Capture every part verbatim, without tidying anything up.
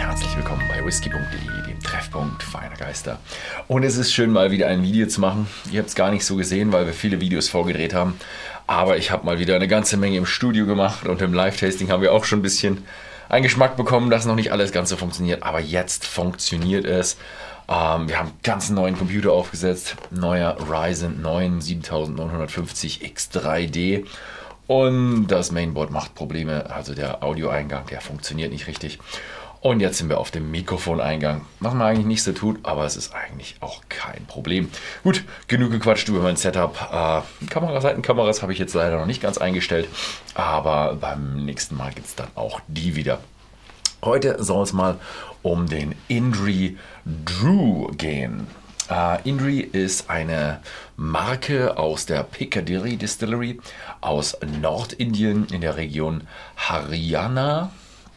herzlich willkommen bei whisky punkt de, dem Treffpunkt feiner Geister. Und es ist schön, mal wieder ein Video zu machen. Ihr habt es gar nicht so gesehen, weil wir viele Videos vorgedreht haben. Aber ich habe mal wieder eine ganze Menge im Studio gemacht und im Live-Tasting haben wir auch schon ein bisschen einen Geschmack bekommen, dass noch nicht alles ganz so funktioniert. Aber jetzt funktioniert es. Ähm, wir haben einen ganz neuen Computer aufgesetzt. Neuer Ryzen neun siebentausendneunhundertfünfzig X drei D. Und das Mainboard macht Probleme, also der Audioeingang, der funktioniert nicht richtig. Und jetzt sind wir auf dem Mikrofoneingang. Was man eigentlich nicht so tut, aber es ist eigentlich auch kein Problem. Gut, genug gequatscht über mein Setup. Äh, Kamera, Seitenkameras habe ich jetzt leider noch nicht ganz eingestellt, aber beim nächsten Mal gibt es dann auch die wieder. Heute soll es mal um den Indri Drew gehen. Uh, Indri ist eine Marke aus der Piccadilly Distillery aus Nordindien in der Region Haryana.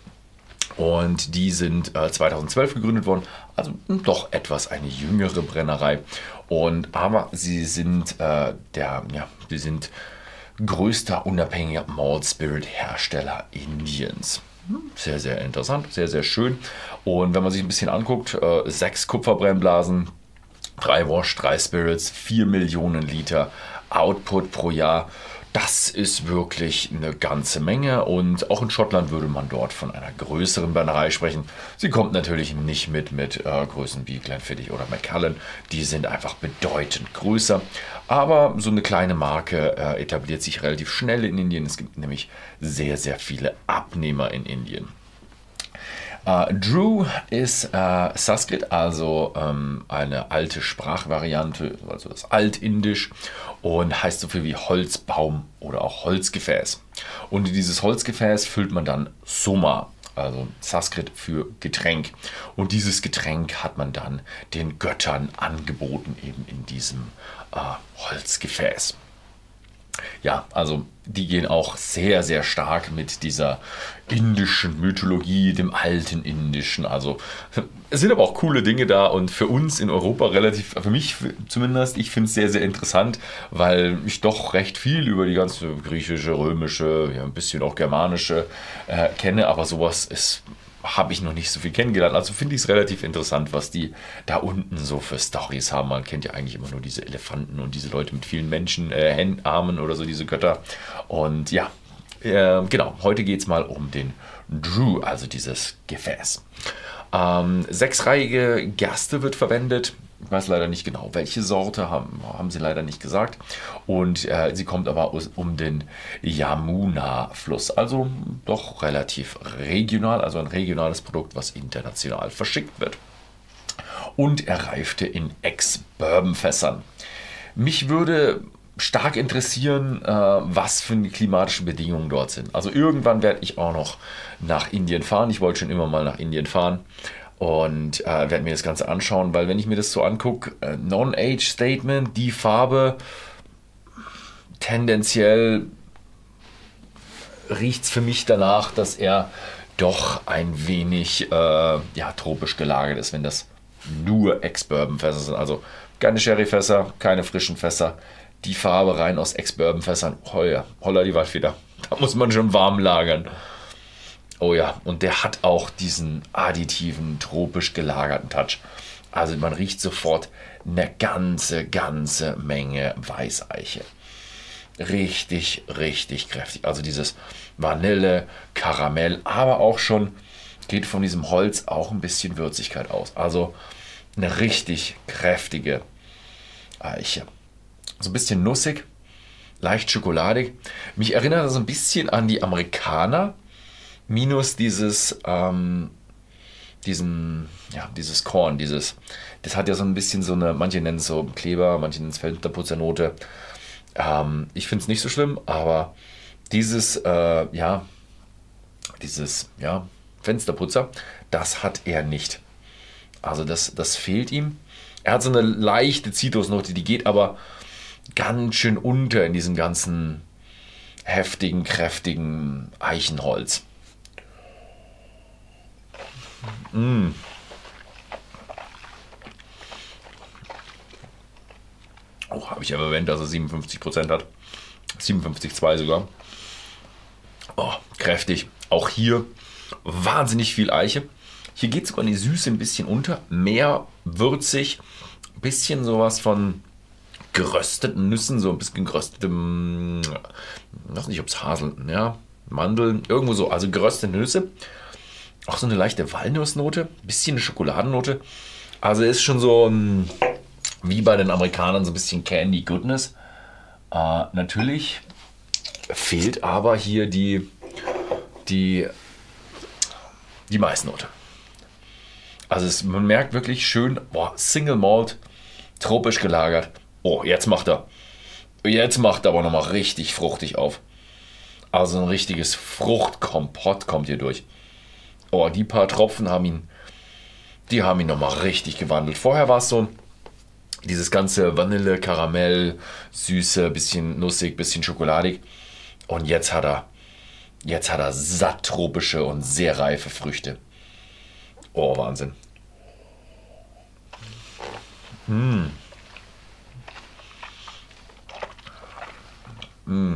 Und die sind äh, zweitausendzwölf gegründet worden, also doch etwas eine jüngere Brennerei. Und aber sie sind äh, der, ja, sie sind größter unabhängiger Malt Spirit Hersteller Indiens. Sehr, sehr interessant, sehr, sehr schön. Und wenn man sich ein bisschen anguckt, äh, sechs Kupferbrennblasen, drei Wash, drei Spirits, vier Millionen Liter Output pro Jahr. Das ist wirklich eine ganze Menge und auch in Schottland würde man dort von einer größeren Brennerei sprechen. Sie kommt natürlich nicht mit mit äh, Größen wie Glenfiddich oder Macallan. Die sind einfach bedeutend größer. Aber so eine kleine Marke äh, etabliert sich relativ schnell in Indien. Es gibt nämlich sehr, sehr viele Abnehmer in Indien. Uh, Drew ist uh, Sanskrit, also ähm, eine alte Sprachvariante, also das Altindisch und heißt so viel wie Holzbaum oder auch Holzgefäß. Und in dieses Holzgefäß füllt man dann Soma, also Sanskrit für Getränk. Und dieses Getränk hat man dann den Göttern angeboten, eben in diesem uh, Holzgefäß. Ja, also die gehen auch sehr, sehr stark mit dieser indischen Mythologie, dem alten Indischen. Also es sind aber auch coole Dinge da und für uns in Europa relativ, für mich zumindest, ich finde es sehr, sehr interessant, weil ich doch recht viel über die ganze griechische, römische, ja, ein bisschen auch germanische äh, kenne, aber sowas ist... habe ich noch nicht so viel kennengelernt. Also finde ich es relativ interessant, was die da unten so für Storys haben. Man kennt ja eigentlich immer nur diese Elefanten und diese Leute mit vielen Menschen, äh, Händen, Armen oder so, diese Götter. Und ja, äh, genau, heute geht es mal um den Drew, also dieses Gefäß. Ähm, sechsreihige Gerste wird verwendet. Ich weiß leider nicht genau, welche Sorte, haben, haben sie leider nicht gesagt. Und äh, sie kommt aber aus, um den Yamuna-Fluss. Also doch relativ regional, also ein regionales Produkt, was international verschickt wird. Und er reifte in Ex-Bourbon-Fässern. Mich würde stark interessieren, äh, was für klimatische Bedingungen dort sind. Also irgendwann werde ich auch noch nach Indien fahren. Ich wollte schon immer mal nach Indien fahren. Und äh, werde mir das Ganze anschauen, weil wenn ich mir das so angucke, äh, Non-Age-Statement, die Farbe, tendenziell riecht es für mich danach, dass er doch ein wenig äh, ja, tropisch gelagert ist, wenn das nur Ex-Bourbon-Fässer sind. Also keine Sherry-Fässer, keine frischen Fässer. Die Farbe rein aus Ex-Bourbon-Fässern, oh ja, holla die Waldfeder. Da muss man schon warm lagern. Oh ja, und der hat auch diesen additiven, tropisch gelagerten Touch. Also man riecht sofort eine ganze, ganze Menge Weißeiche. Richtig, richtig kräftig. Also dieses Vanille, Karamell, aber auch schon geht von diesem Holz auch ein bisschen Würzigkeit aus. Also eine richtig kräftige Eiche. So ein bisschen nussig, leicht schokoladig. Mich erinnert das ein bisschen an die Amerikaner. Minus dieses, ähm, diesen, ja, dieses Korn, dieses, das hat ja so ein bisschen so eine, manche nennen es so Kleber, manche nennen es Fensterputzernote. Ähm, ich finde es nicht so schlimm, aber dieses, äh, ja, dieses, ja, Fensterputzer, das hat er nicht. Also das, das fehlt ihm. Er hat so eine leichte Zitrusnote, die geht aber ganz schön unter in diesem ganzen heftigen, kräftigen Eichenholz. Mm. Oh, habe ich aber erwähnt, dass er siebenundfünfzig Prozent hat. siebenundfünfzig Komma zwei sogar. Oh, kräftig. Auch hier wahnsinnig viel Eiche. Hier geht sogar die Süße ein bisschen unter. Mehr würzig. Ein bisschen sowas von gerösteten Nüssen. So ein bisschen geröstetem, ich weiß nicht, ob es Haseln, ja, Mandeln, irgendwo so. Also geröstete Nüsse. Auch so eine leichte Walnussnote. Ein bisschen eine Schokoladennote. Also ist schon so um, wie bei den Amerikanern so ein bisschen Candy Goodness. Äh, natürlich fehlt aber hier die, die, die Maisnote. Also es, man merkt wirklich schön, boah, Single Malt, tropisch gelagert. Oh, jetzt macht er. Jetzt macht er aber nochmal richtig fruchtig auf. Also ein richtiges Fruchtkompott kommt hier durch. Oh, die paar Tropfen haben ihn, die haben ihn nochmal richtig gewandelt. Vorher war es so dieses ganze Vanille, Karamell, Süße, bisschen nussig, bisschen schokoladig. Und jetzt hat er, jetzt hat er satt tropische und sehr reife Früchte. Oh, Wahnsinn. Mm. Mm.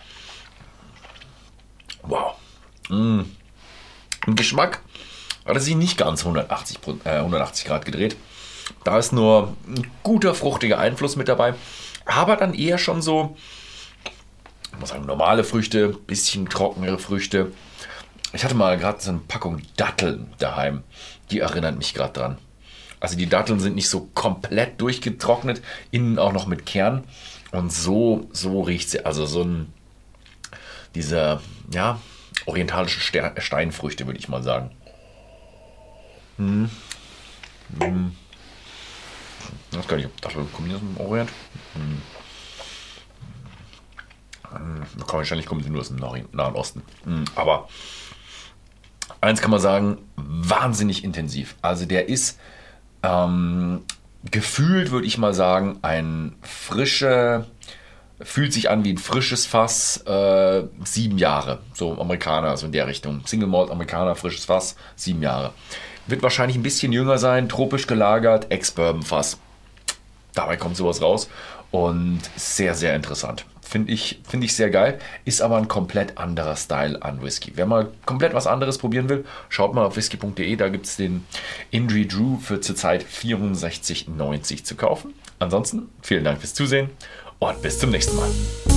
Wow. Mm. Im Geschmack hat er sich nicht ganz hundertachtzig, äh, hundertachtzig Grad gedreht. Da ist nur ein guter, fruchtiger Einfluss mit dabei. Aber dann eher schon so, ich muss sagen, normale Früchte, bisschen trockenere Früchte. Ich hatte mal gerade so eine Packung Datteln daheim. Die erinnert mich gerade dran. Also die Datteln sind nicht so komplett durchgetrocknet, innen auch noch mit Kern. Und so, so riecht sie. Also so ein, diese, ja, orientalische Steinfrüchte, würde ich mal sagen. Hm. Hm. Ich weiß gar nicht, ob Datteln kombiniert mit dem Orient. Hm. Hm. Wahrscheinlich kommen sie nur aus dem Nahen Osten. Hm. Aber eins kann man sagen, wahnsinnig intensiv. Also der ist ähm, gefühlt, würde ich mal sagen, ein frische, fühlt sich an wie ein frisches Fass, äh, sieben Jahre. So Amerikaner, also in der Richtung. Single Malt Amerikaner, frisches Fass, sieben Jahre. Wird wahrscheinlich ein bisschen jünger sein, tropisch gelagert, Ex-Bourbon-Fass. Dabei kommt sowas raus und sehr, sehr interessant. Finde ich, find ich sehr geil, ist aber ein komplett anderer Style an Whisky. Wer mal komplett was anderes probieren will, schaut mal auf whisky punkt de, da gibt es den Indri Drew für zurzeit vierundsechzig neunzig zu kaufen. Ansonsten vielen Dank fürs Zusehen und bis zum nächsten Mal.